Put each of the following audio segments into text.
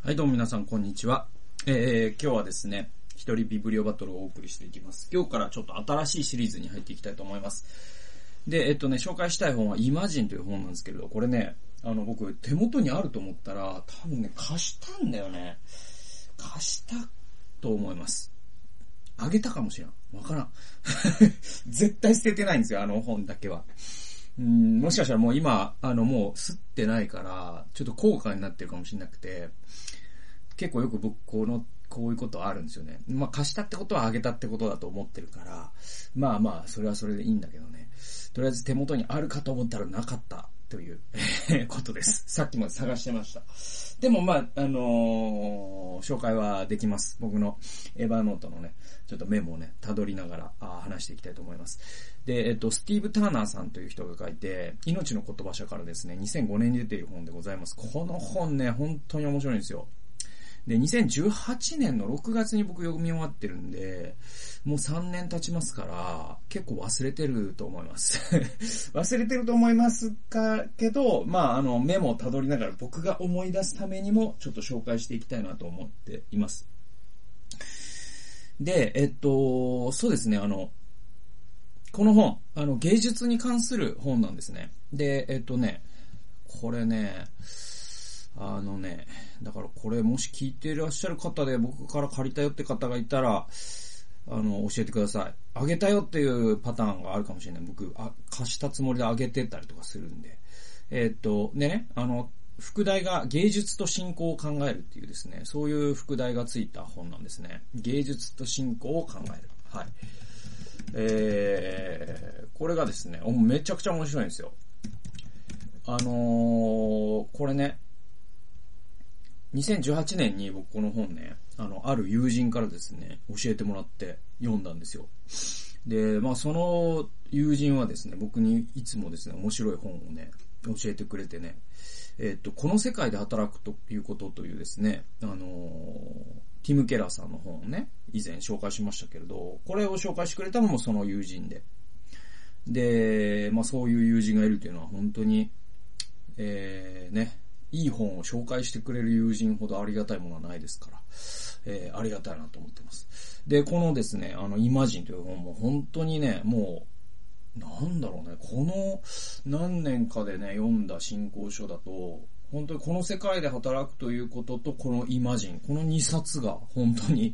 はい、どうも皆さん、こんにちは。今日はですね、一人ビブリオバトルをお送りしていきます。今日からちょっと新しいシリーズに入っていきたいと思います。で、紹介したい本はイマジンという本なんですけれど、これね、僕手元にあると思ったら、多分ね、貸したんだよね。貸したと思います。あげたかもしれん。わからん。絶対捨ててないんですよ、あの本だけは。もしかしたらもう今、もう吸ってないから、ちょっと高価になってるかもしれなくて、結構よく僕、こういうことあるんですよね。まあ、貸したってことはあげたってことだと思ってるから、まあ、それはそれでいいんだけどね。とりあえず手元にあるかと思ったらなかったということです。さっきまで探してました。でも紹介はできます。僕のエヴァノートのね、ちょっとメモをね、辿りながら話していきたいと思います。で、スティーブ・ターナーさんという人が書いて、命の言葉社からですね、2005年に出ている本でございます。この本ね、本当に面白いんですよ。で、2018年の6月に僕読み終わってるんで、もう3年経ちますから、結構忘れてると思います。忘れてると思いますけど、メモを辿りながら僕が思い出すためにも、ちょっと紹介していきたいなと思っています。で、そうですね、この本、芸術に関する本なんですね。で、これね、だからこれもし聞いていらっしゃる方で僕から借りたよって方がいたら、教えてください。あげたよっていうパターンがあるかもしれない。僕、貸したつもりであげてたりとかするんで。副題が芸術と信仰を考えるっていうですね、そういう副題がついた本なんですね。芸術と信仰を考える。はい。これがですね、めちゃくちゃ面白いんですよ。これね、2018年に僕この本ね、ある友人からですね、教えてもらって読んだんですよ。で、その友人はですね、僕にいつもですね、面白い本をね、教えてくれてね、この世界で働くということというですね、ティム・ケラーさんの本をね、以前紹介しましたけれど、これを紹介してくれたのもその友人で。で、そういう友人がいるというのは本当に、いい本を紹介してくれる友人ほどありがたいものはないですから、ありがたいなと思ってます。で、このですね、イマジンという本も本当にね、もう、なんだろうね、この何年かでね、読んだ新考書だと、本当にこの世界で働くということと、このイマジン、この2冊が本当に、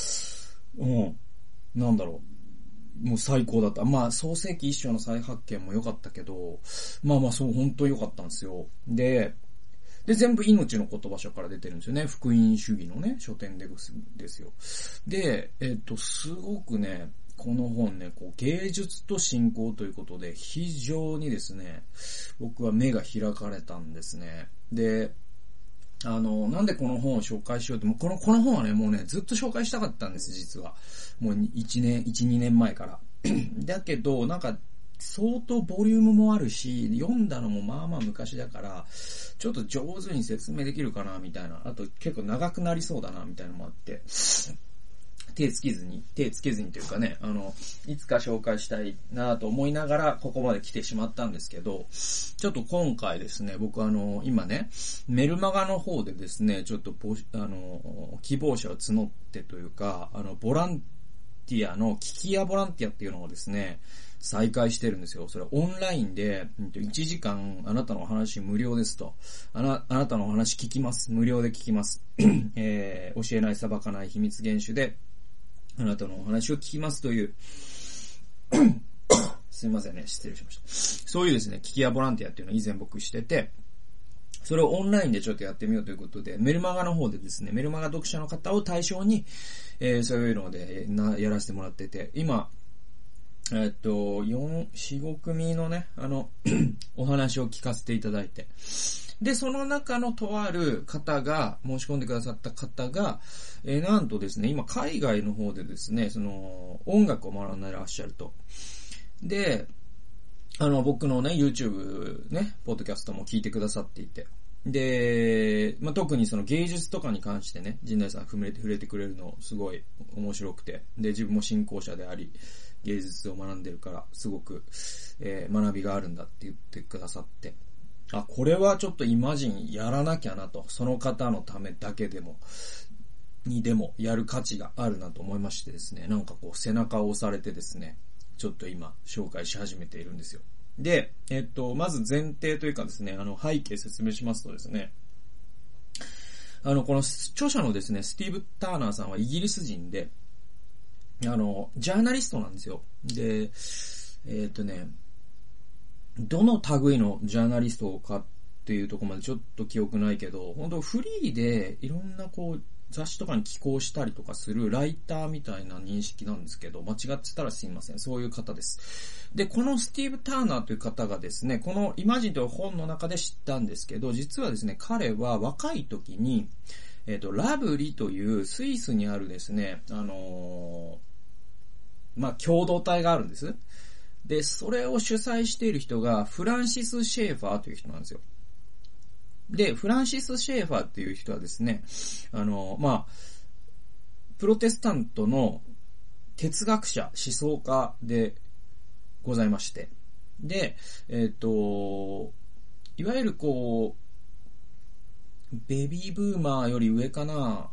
なんだろう。もう最高だった。創世記一章の再発見も良かったけど、そう、本当に良かったんですよ。で、全部命の言葉書から出てるんですよね。福音主義のね、書店ですよ。で、すごくね、この本ね、芸術と信仰ということで、非常にですね、僕は目が開かれたんですね。で、なんでこの本を紹介しようと、この本はね、もうね、ずっと紹介したかったんです、実は。もう2年前から。だけど、相当ボリュームもあるし、読んだのも昔だから、ちょっと上手に説明できるかな、みたいな。あと結構長くなりそうだな、みたいなのもあって、手つけずにというかね、いつか紹介したいなと思いながら、ここまで来てしまったんですけど、ちょっと今回ですね、僕今ね、メルマガの方でですね、ちょっと希望者を募ってというか、ボランティアの聞き屋ボランティアっていうのをですね、再開してるんですよ。それオンラインで、1時間あなたのお話無料ですと。あなたのお話聞きます。無料で聞きます。教えない裁かない秘密厳守で、あなたのお話を聞きますという、すいませんね、失礼しました。そういうですね、聞き屋ボランティアっていうのを以前僕してて、それをオンラインでちょっとやってみようということで、メルマガの方でですね、メルマガ読者の方を対象に、そういうのでやらせてもらってて、今、4、5組のね、お話を聞かせていただいて。で、その中のとある方が、申し込んでくださった方が、なんとですね、今海外の方でですね、音楽を学んでらっしゃると。で、僕のね、YouTube ね、ポッドキャストも聞いてくださっていて。で、特にその芸術とかに関してね、陣内さん触れてくれるのすごい面白くて、で、自分も信仰者であり、芸術を学んでるから、すごく、学びがあるんだって言ってくださって。 これはちょっとイマジンやらなきゃなと、その方のためだけでも、にでもやる価値があるなと思いましてですね、なんかこう背中を押されてですね、ちょっと今紹介し始めているんですよ。で、まず前提というかですね、背景説明しますとですね、この著者のですね、スティーブ・ターナーさんはイギリス人で、ジャーナリストなんですよ。で、どの類のジャーナリストかっていうところまでちょっと記憶ないけど、本当フリーでいろんなこう雑誌とかに寄稿したりとかするライターみたいな認識なんですけど、間違ってたらすいません。そういう方です。で、このスティーブ・ターナーという方がですね、このイマジンという本の中で知ったんですけど、実はですね、彼は若い時に、ラブリというスイスにあるですね、共同体があるんです。で、それを主催している人がフランシス・シェーファーという人なんですよ。で、フランシス・シェーファーっていう人はですね、プロテスタントの哲学者、思想家でございまして。で、いわゆるこう、ベビーブーマーより上かな、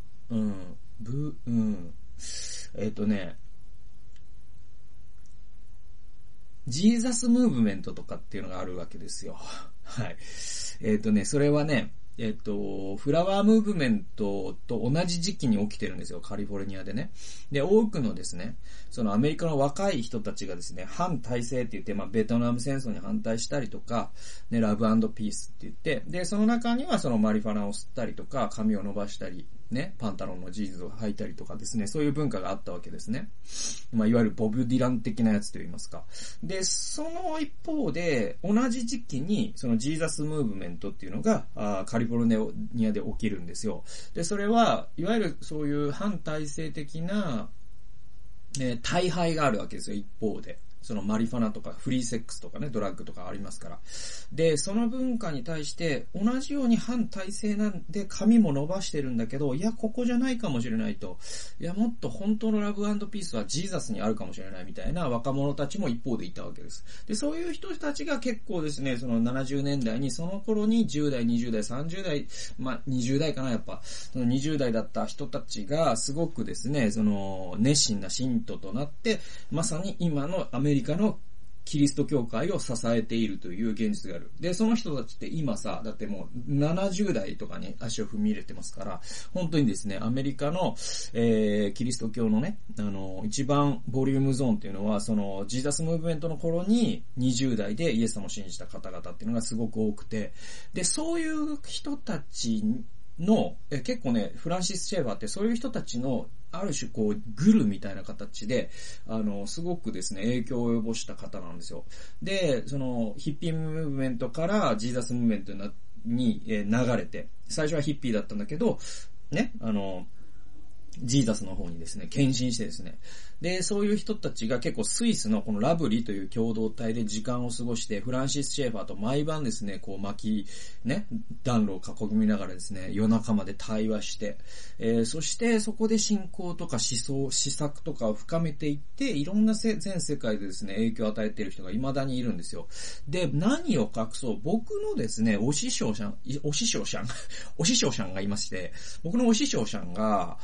ジーザスムーブメントとかっていうのがあるわけですよ。はい。それはね、フラワームーブメントと同じ時期に起きてるんですよ、カリフォルニアでね。で、多くのですね、そのアメリカの若い人たちがですね、反体制って言って、ベトナム戦争に反対したりとか、ね、ラブ&ピースって言って、で、その中にはそのマリファナを吸ったりとか、髪を伸ばしたり、ね、パンタロンのジーンズを履いたりとかですね、そういう文化があったわけですね。いわゆるボブ・ディラン的なやつと言いますか。で、その一方で、同じ時期に、そのジーザスムーブメントっていうのが、カリフォルニアで起きるんですよ。で、それは、いわゆるそういう反体制的な、大敗があるわけですよ、一方で。そのマリファナとかフリーセックスとかね、ドラッグとかありますから。で、その文化に対して同じように反体制なんで髪も伸ばしてるんだけど、いや、ここじゃないかもしれないと。いや、もっと本当のラブ&ピースはジーザスにあるかもしれないみたいな若者たちも一方でいたわけです。で、そういう人たちが結構ですね、その70年代にその頃に10代、20代、30代、20代かな、やっぱ。その20代だった人たちがすごくですね、その熱心な信徒となって、まさに今のアメリカのキリスト教会を支えているという現実がある。で、その人たちって今さ、だってもう70代とかに足を踏み入れてますから、本当にですね、アメリカの、キリスト教のね、一番ボリュームゾーンっていうのは、その、ジーザスムーブメントの頃に20代でイエス様を信じた方々っていうのがすごく多くて、で、そういう人たちの、結構ね、フランシス・シェーバーってそういう人たちの、ある種こう、グルみたいな形で、すごくですね、影響を及ぼした方なんですよ。で、その、ヒッピームーブメントからジーザスムーブメントに流れて、最初はヒッピーだったんだけど、ね、ジーザスの方にですね、献身してですね。で、そういう人たちが結構スイスのこのラブリーという共同体で時間を過ごして、フランシス・シェーファーと毎晩ですね、こう暖炉を囲みながらですね、夜中まで対話して、そしてそこで信仰とか思想、施策とかを深めていって、いろんな全世界でですね、影響を与えている人が未だにいるんですよ。で、何を隠そう、僕のですね、お師匠さんがいまして、僕のお師匠さんが、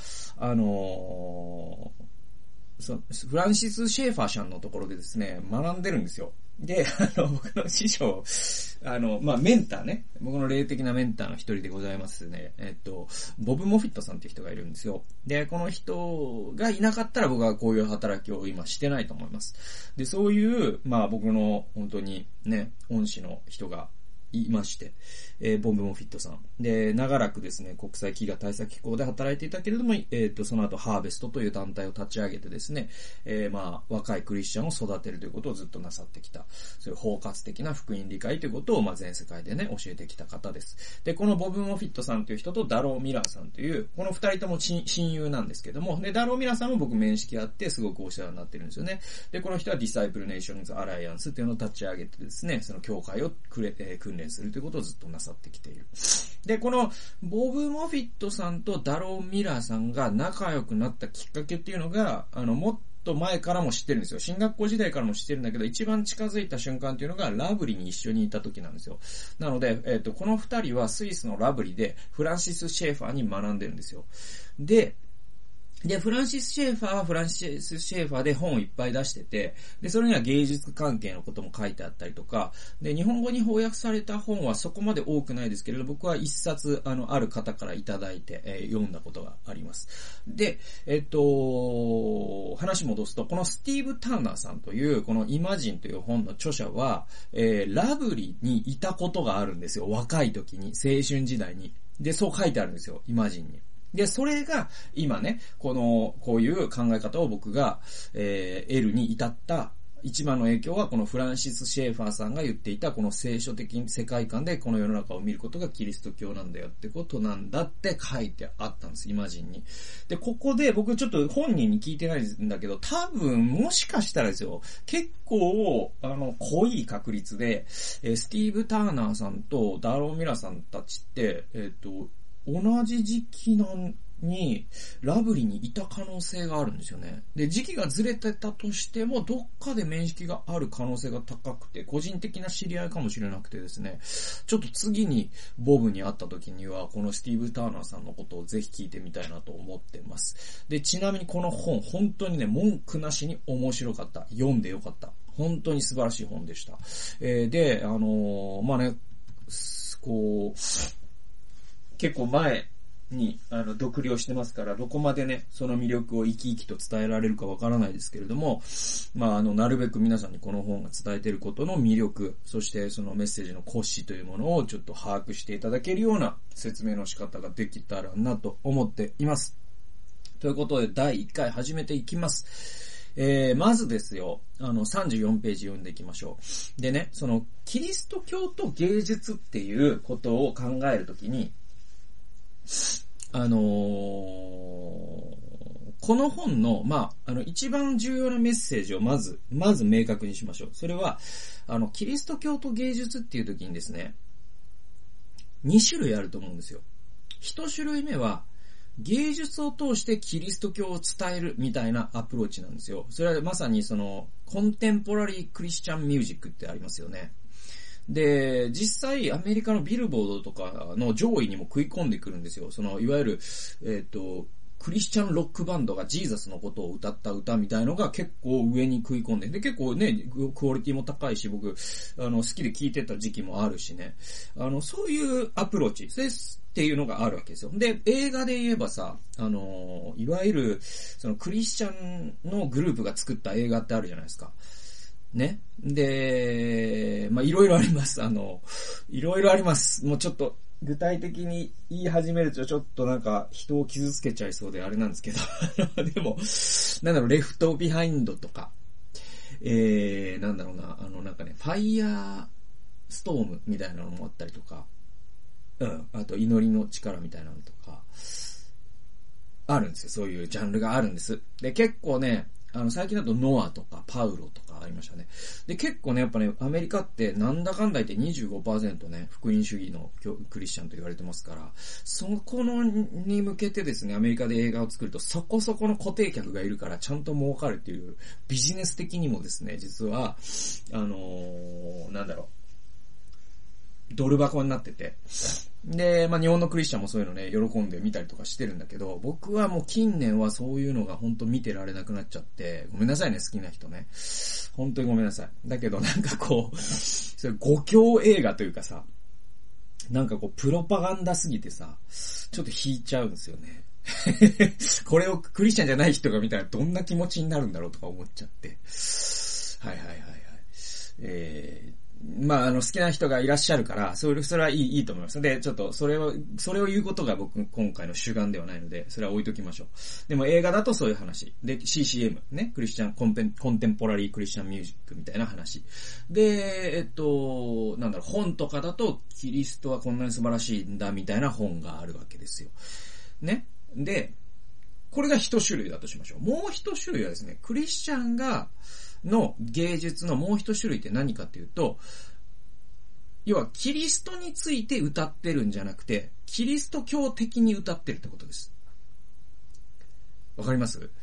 フランシス・シェーファーさんのところでですね、学んでるんですよ。で、僕の師匠、メンターね、僕の霊的なメンターの一人でございますね。ボブ・モフィットさんっていう人がいるんですよ。で、この人がいなかったら僕はこういう働きを今してないと思います。で、そういう、僕の本当にね、恩師の人がいまして、ボブ・モフィットさん。で、長らくですね、国際飢餓対策機構で働いていたけれども、その後、ハーベストという団体を立ち上げてですね、若いクリスチャンを育てるということをずっとなさってきた。そういう包括的な福音理解ということを、全世界でね、教えてきた方です。で、このボブ・モフィットさんという人とダロー・ミラーさんという、この二人とも親友なんですけども、で、ダロー・ミラーさんも僕面識あって、すごくお世話になってるんですよね。で、この人はディサイプル・ネーションズ・アライアンスっていうのを立ち上げてですね、その教会を訓練するということをずっとなさってきている。で、このボブ・モフィットさんとダロー・ミラーさんが仲良くなったきっかけっていうのが、もっと前からも知ってるんですよ。進学校時代からも知ってるんだけど、一番近づいた瞬間っていうのがラブリに一緒にいた時なんですよ。なので、この二人はスイスのラブリでフランシス・シェーファーに学んでるんですよ。で、フランシス・シェーファーはフランシス・シェーファーで本をいっぱい出してて、で、それには芸術関係のことも書いてあったりとか、で、日本語に翻訳された本はそこまで多くないですけれど、僕は一冊、ある方からいただいて、読んだことがあります。で、話戻すと、このスティーブ・ターナーさんという、このイマジンという本の著者は、ラブリーにいたことがあるんですよ。若い時に、青春時代に。で、そう書いてあるんですよ、イマジンに。で、それが、今ね、こういう考え方を僕が、得るに至った一番の影響は、このフランシス・シェーファーさんが言っていた、この聖書的世界観でこの世の中を見ることがキリスト教なんだよってことなんだって書いてあったんです、イマジンに。で、ここで僕ちょっと本人に聞いてないんだけど、多分、もしかしたらですよ、結構、濃い確率で、スティーブ・ターナーさんとダーロー・ミラさんたちって、同じ時期にラブリにいた可能性があるんですよね。で、時期がずれてたとしても、どっかで面識がある可能性が高くて、個人的な知り合いかもしれなくてですね、ちょっと次にボブに会った時には、このスティーブ・ターナーさんのことをぜひ聞いてみたいなと思ってます。で、ちなみにこの本、本当にね、文句なしに面白かった。読んでよかった。本当に素晴らしい本でした。で、まあね、こう、結構前に、読了してますから、どこまでね、その魅力を生き生きと伝えられるかわからないですけれども、まあ、なるべく皆さんにこの本が伝えていることの魅力、そしてそのメッセージの骨子というものをちょっと把握していただけるような説明の仕方ができたらなと思っています。ということで、第1回始めていきます。まずですよ、34ページ読んでいきましょう。でね、その、キリスト教と芸術っていうことを考えるときに、この本の、まあ、一番重要なメッセージをまず明確にしましょう。それは、キリスト教と芸術っていう時にですね、2種類あると思うんですよ。1種類目は、芸術を通してキリスト教を伝えるみたいなアプローチなんですよ。それはまさにコンテンポラリークリスチャンミュージックってありますよね。で、実際アメリカのビルボードとかの上位にも食い込んでくるんですよ。いわゆる、クリスチャンロックバンドがジーザスのことを歌った歌みたいのが結構上に食い込んで、で、結構ね、クオリティも高いし、僕、好きで聴いてた時期もあるしね。そういうアプローチ、っていうのがあるわけですよ。で、映画で言えばさ、いわゆる、クリスチャンのグループが作った映画ってあるじゃないですか。ね。で、まあ、いろいろあります。いろいろあります。もうちょっと、具体的に言い始めるとちょっとなんか人を傷つけちゃいそうであれなんですけど。でも、なんだろう、レフトビハインドとか、なんだろうな、なんかね、ファイヤーストームみたいなのもあったりとか、あと祈りの力みたいなのとか、あるんですよ。そういうジャンルがあるんです。で、結構ね、最近だとノアとかパウロとかありましたね。で、結構ね、やっぱね、アメリカってなんだかんだ言って 25% ね、福音主義のクリスチャンと言われてますから、そこに向けてですね、アメリカで映画を作るとそこそこの固定客がいるからちゃんと儲かるっていうビジネス的にもですね、実は、なんだろう、ドル箱になってて。で、まあ、日本のクリスチャンもそういうのね、喜んで見たりとかしてるんだけど、僕はもう近年はそういうのが本当見てられなくなっちゃって、ごめんなさいね、好きな人ね。本当にごめんなさい。だけどなんかこう、それ誤教映画というかさ、なんかこう、プロパガンダすぎてさ、ちょっと引いちゃうんですよね。これをクリスチャンじゃない人が見たらどんな気持ちになるんだろうとか思っちゃって。はいはいはいはい。まあ、好きな人がいらっしゃるから、それはいいと思います。で、ちょっと、それを言うことが僕、今回の主眼ではないので、それは置いときましょう。でも映画だとそういう話。で、CCM、ね、クリスチャン、コンテンポラリークリスチャンミュージックみたいな話。で、なんだろう、本とかだと、キリストはこんなに素晴らしいんだ、みたいな本があるわけですよ。ね。で、これが一種類だとしましょう。もう一種類はですね、クリスチャンの芸術のもう一種類って何かっていうと、要はキリストについて歌ってるんじゃなくて、キリスト教的に歌ってるってことです。わかります？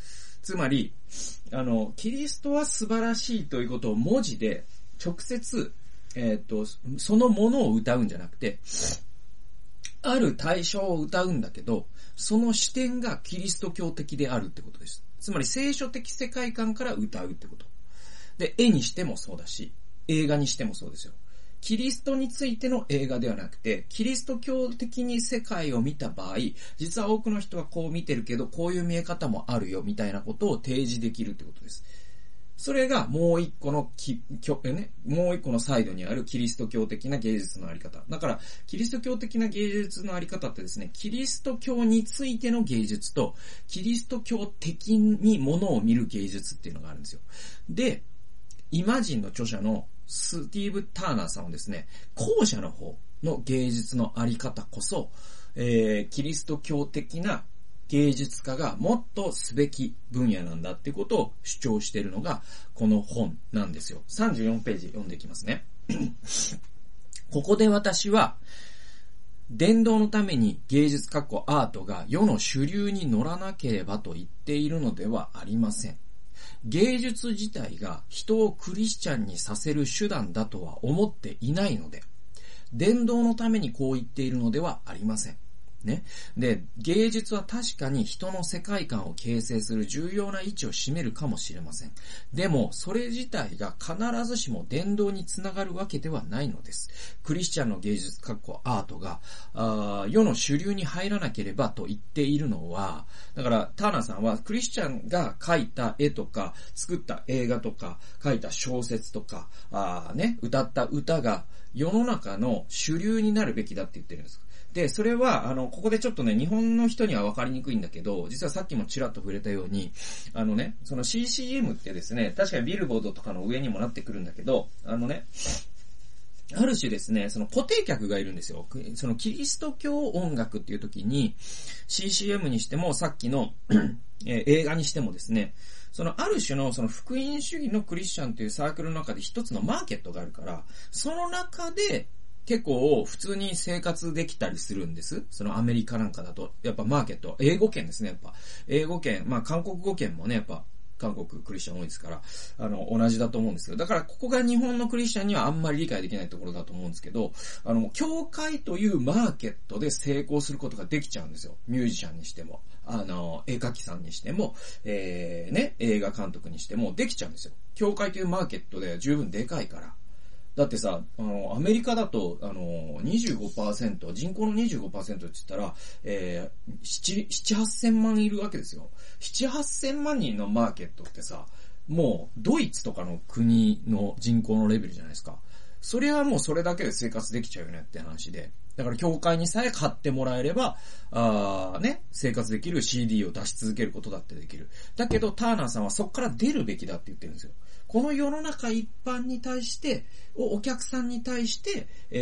つまり、キリストは素晴らしいということを文字で直接、そのものを歌うんじゃなくて、ある対象を歌うんだけど、その視点がキリスト教的であるってことです。つまり聖書的世界観から歌うってこと。で、絵にしてもそうだし、映画にしてもそうですよ。キリストについての映画ではなくて、キリスト教的に世界を見た場合、実は多くの人はこう見てるけど、こういう見え方もあるよ、みたいなことを提示できるってことです。それがもう一個のもう一個のサイドにあるキリスト教的な芸術のあり方。だから、キリスト教的な芸術のあり方ってですね、キリスト教についての芸術と、キリスト教的にものを見る芸術っていうのがあるんですよ。で、イマジンの著者のスティーブ・ターナーさんはですね、後者の方の芸術のあり方こそ、キリスト教的な芸術家がもっとすべき分野なんだっていうことを主張しているのがこの本なんですよ。34ページ読んでいきますね。ここで私は伝道のために芸術アートが世の主流に乗らなければと言っているのではありません。芸術自体が人をクリスチャンにさせる手段だとは思っていないので、伝道のためにこう言っているのではありません。ね。で、芸術は確かに人の世界観を形成する重要な位置を占めるかもしれません。でも、それ自体が必ずしも伝道につながるわけではないのです。クリスチャンの芸術アートが世の主流に入らなければと言っているのは、だからターナーさんはクリスチャンが描いた絵とか、作った映画とか、書いた小説とか、歌った歌が世の中の主流になるべきだって言ってるんです。で、それは、ここでちょっとね、日本の人には分かりにくいんだけど、実はさっきもちらっと触れたように、その CCM ってですね、確かにビルボードとかの上にもなってくるんだけど、ある種ですね、その固定客がいるんですよ。そのキリスト教音楽っていう時に、CCM にしても、さっきの映画にしてもですね、そのある種のその福音主義のクリスチャンというサークルの中で一つのマーケットがあるから、その中で、結構普通に生活できたりするんです。そのアメリカなんかだと、やっぱマーケット、英語圏ですね、やっぱ。英語圏、韓国語圏もね、やっぱ、韓国クリスチャン多いですから、同じだと思うんですけど、だからここが日本のクリスチャンにはあんまり理解できないところだと思うんですけど、教会というマーケットで成功することができちゃうんですよ。ミュージシャンにしても、絵描きさんにしても、映画監督にしてもできちゃうんですよ。教会というマーケットで十分でかいから。だってさ、アメリカだと、25%、人口の 25% って言ったら、7、8000万いるわけですよ。7、8000万人のマーケットってさ、もう、ドイツとかの国の人口のレベルじゃないですか。それはもうそれだけで生活できちゃうよねって話で。だから教会にさえ買ってもらえれば、生活できる CD を出し続けることだってできる。だけど、ターナーさんはそこから出るべきだって言ってるんですよ。この世の中一般に対して、お客さんに対して、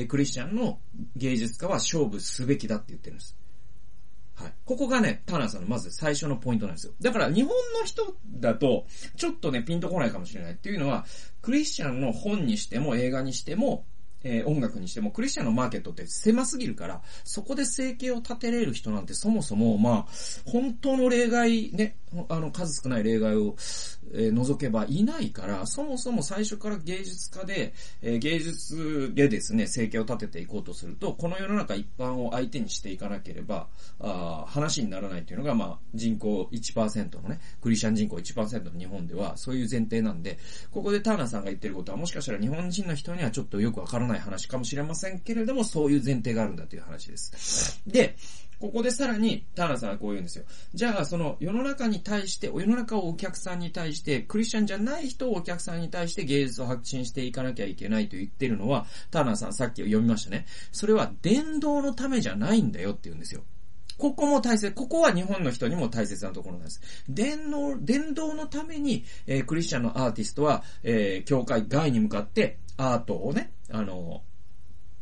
クリスチャンの芸術家は勝負すべきだって言ってるんです。はい。ここがね、ターナーさんのまず最初のポイントなんですよ。だから日本の人だと、ちょっとね、ピンとこないかもしれないっていうのは、クリスチャンの本にしても映画にしても、音楽にしてもクリスチャンのマーケットって狭すぎるから、そこで生計を立てれる人なんてそもそも、本当の例外ね、数少ない例外を、除けばいないから、そもそも最初から芸術家で、芸術でですね、生計を立てていこうとすると、この世の中一般を相手にしていかなければ、話にならないというのが、人口 1% のね、クリスチャン人口 1% の日本では、そういう前提なんで、ここでターナーさんが言ってることは、もしかしたら日本人の人にはちょっとよくわからない話かもしれませんけれども、そういう前提があるんだという話です。で、ここでさらに、ターナーさんはこう言うんですよ。じゃあ、その世の中に対して、世の中をお客さんに対して、クリスチャンじゃない人をお客さんに対して芸術を発信していかなきゃいけないと言ってるのは、ターナーさんさっき読みましたね。それは伝道のためじゃないんだよって言うんですよ。ここも大切、ここは日本の人にも大切なところなんです。伝道のために、クリスチャンのアーティストは、教会外に向かってアートをね、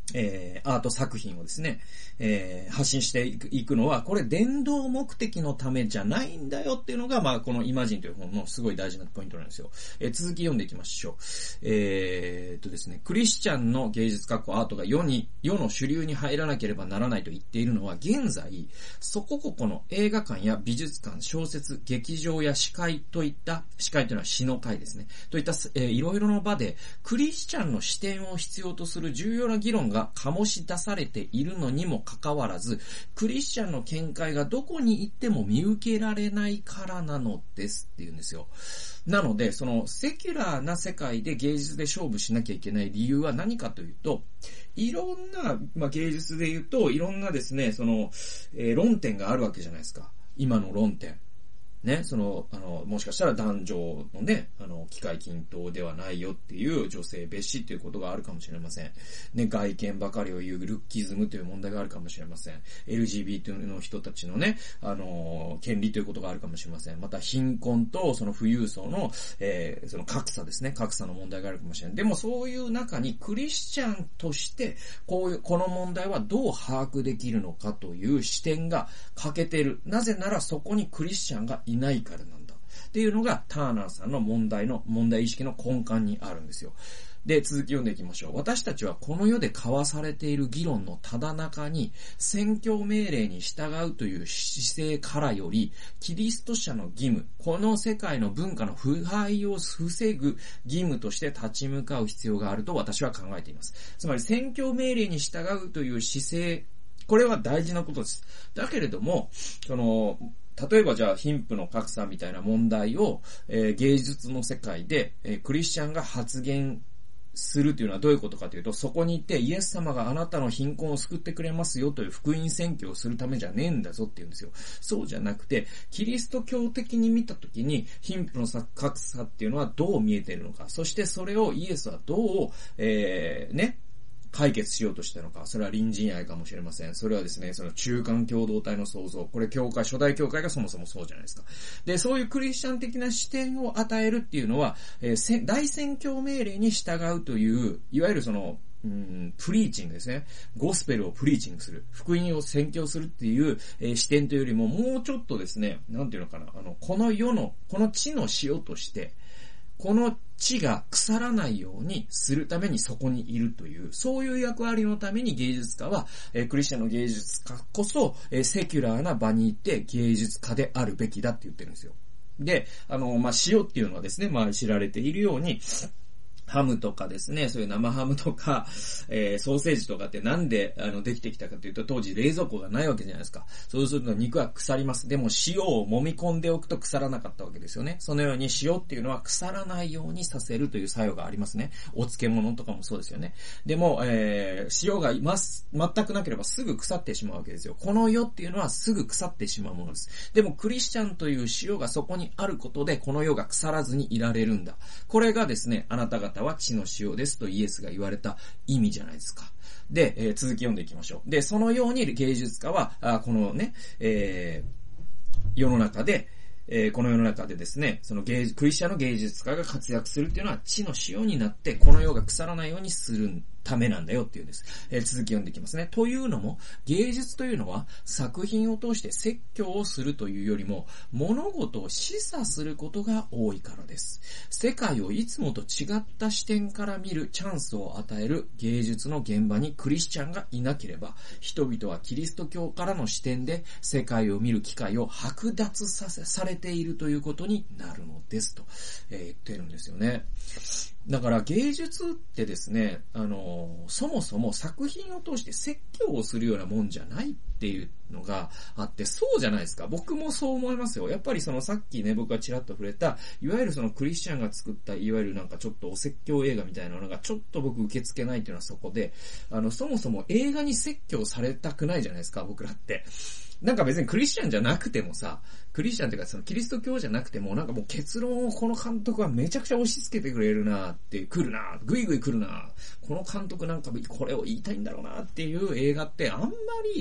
アート作品をですね、発信していくのは、これ伝道目的のためじゃないんだよっていうのが、まあ、このイマジンという本のすごい大事なポイントなんですよ。続き読んでいきましょう。ですね、クリスチャンの芸術アートが世の主流に入らなければならないと言っているのは、現在、そこここの映画館や美術館、小説、劇場や司会といったいうのは詩の会ですね。といった、いろいろな場で、クリスチャンの視点を必要とする重要な議論が醸し出されているのにもかかわらず、クリスチャンの見解がどこに行っても見受けられないからなのですっていうんですよ。なので、そのセキュラーな世界で芸術で勝負しなきゃいけない理由は何かというと、いろんな、まあ、芸術で言うと、いろんなですね、論点があるわけじゃないですか。今の論点。ね、もしかしたら男女のね、機会均等ではないよっていう女性蔑視っていうことがあるかもしれません。ね、外見ばかりを言うルッキズムという問題があるかもしれません。LGBT の人たちのね、権利ということがあるかもしれません。また貧困とその富裕層の、その格差ですね、格差の問題があるかもしれない。でもそういう中にクリスチャンとして、この問題はどう把握できるのかという視点が欠けている。なぜならそこにクリスチャンがいないからなんだっていうのがターナーさんの問題意識の根幹にあるんですよ。で、続き読んでいきましょう。私たちはこの世で交わされている議論のただ中に宣教命令に従うという姿勢からより、キリスト者の義務、この世界の文化の腐敗を防ぐ義務として立ち向かう必要があると私は考えています。つまり宣教命令に従うという姿勢、これは大事なことです。だけれども、例えばじゃあ貧富の格差みたいな問題を、芸術の世界で、クリスチャンが発言するというのはどういうことかというと、そこに行ってイエス様があなたの貧困を救ってくれますよという福音宣教をするためじゃねえんだぞって言うんですよ。そうじゃなくて、キリスト教的に見たときに貧富の格差っていうのはどう見えているのか、そしてそれをイエスはどう、解決しようとしたのか。それは隣人愛かもしれません。それはですね、その中間共同体の創造。これ初代教会がそもそもそうじゃないですか。で、そういうクリスチャン的な視点を与えるっていうのは、大宣教命令に従うという、いわゆるプリーチングですね。ゴスペルをプリーチングする。福音を宣教するっていう、視点というよりも、もうちょっとですね、なんていうのかな、この地の塩として、この地が腐らないようにするためにそこにいるという、そういう役割のために芸術家は、クリスチャンの芸術家こそ、セキュラーな場にいて芸術家であるべきだって言ってるんですよ。で、塩っていうのはですね、知られているように、ハムとかですね、そういう生ハムとか、ソーセージとかってなんで、できてきたかというと、当時冷蔵庫がないわけじゃないですか。そうすると肉は腐ります。でも塩を揉み込んでおくと腐らなかったわけですよね。そのように塩っていうのは腐らないようにさせるという作用がありますね。お漬物とかもそうですよね。でも、塩が全くなければすぐ腐ってしまうわけですよ。この世っていうのはすぐ腐ってしまうものです。でもクリスチャンという塩がそこにあることで、この世が腐らずにいられるんだ。これがですね、あなた方は地の塩ですとイエスが言われた意味じゃないですか。で、続き読んでいきましょう。で、そのように芸術家は、このね、世の中でですね、クリスチャンの芸術家が活躍するっていうのは地の塩になって、この世が腐らないようにするためなんだよっていうんです。続き読んでいきますね。というのも、芸術というのは作品を通して説教をするというよりも、物事を示唆することが多いからです。世界をいつもと違った視点から見るチャンスを与える芸術の現場にクリスチャンがいなければ、人々はキリスト教からの視点で世界を見る機会を剥奪されているということになるのですと、言ってるんですよね。だから芸術ってですね、そもそも作品を通して説教をするようなもんじゃないっていうのがあって、そうじゃないですか。僕もそう思いますよ。やっぱりさっきね、僕がちらっと触れた、いわゆるクリスチャンが作った、いわゆるなんかちょっとお説教映画みたいなのがちょっと僕受け付けないっていうのはそこで、そもそも映画に説教されたくないじゃないですか、僕らって。なんか別にクリスチャンじゃなくてもさ、クリスチャンっていうかキリスト教じゃなくても、なんかもう結論をこの監督はめちゃくちゃ押し付けてくれるなって来るな、ぐいぐい来るな、この監督なんかこれを言いたいんだろうなっていう映画ってあんまり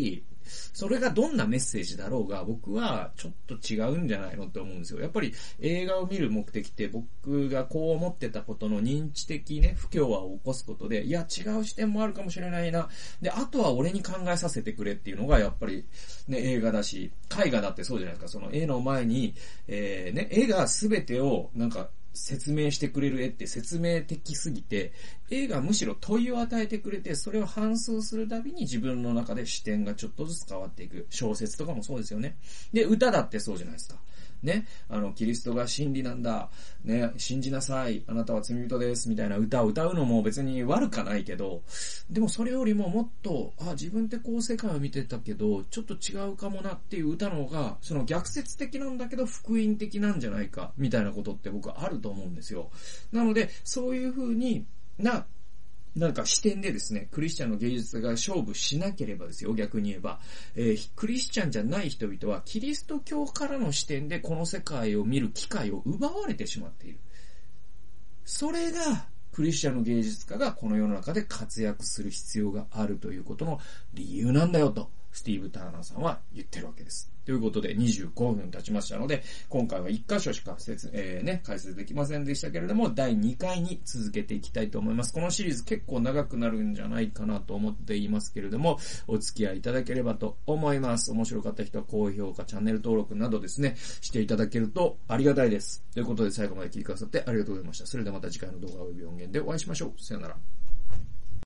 それがどんなメッセージだろうが、僕はちょっと違うんじゃないのって思うんですよ。やっぱり映画を見る目的って僕がこう思ってたことの認知的ね、不協和を起こすことで、いや違う視点もあるかもしれないな。で、あとは俺に考えさせてくれっていうのがやっぱりね、映画だし、絵画だってそうじゃないですか。その絵の前に、ね、絵が全てをなんか説明してくれる絵って説明的すぎて、絵がむしろ問いを与えてくれて、それを反芻するたびに自分の中で視点がちょっとずつ変わっていく。小説とかもそうですよね。で、歌だってそうじゃないですか。ね、キリストが真理なんだ。ね、信じなさい。あなたは罪人です。みたいな歌を歌うのも別に悪かないけど、でもそれよりももっと、自分ってこう世界を見てたけど、ちょっと違うかもなっていう歌の方が、その逆説的なんだけど福音的なんじゃないか、みたいなことって僕はあると思うんですよ。なので、そういう風になんか視点でですね、クリスチャンの芸術が勝負しなければですよ、逆に言えば、クリスチャンじゃない人々はキリスト教からの視点でこの世界を見る機会を奪われてしまっている。それがクリスチャンの芸術家がこの世の中で活躍する必要があるということの理由なんだよと、スティーブ・ターナーさんは言ってるわけです。ということで25分経ちましたので、今回は1箇所しか解説できませんでしたけれども、第2回に続けていきたいと思います。このシリーズ結構長くなるんじゃないかなと思っていますけれども、お付き合いいただければと思います。面白かった人は高評価、チャンネル登録などですね、していただけるとありがたいです。ということで最後まで聞いてくださってありがとうございました。それではまた次回の動画及び音源でお会いしましょう。さよなら。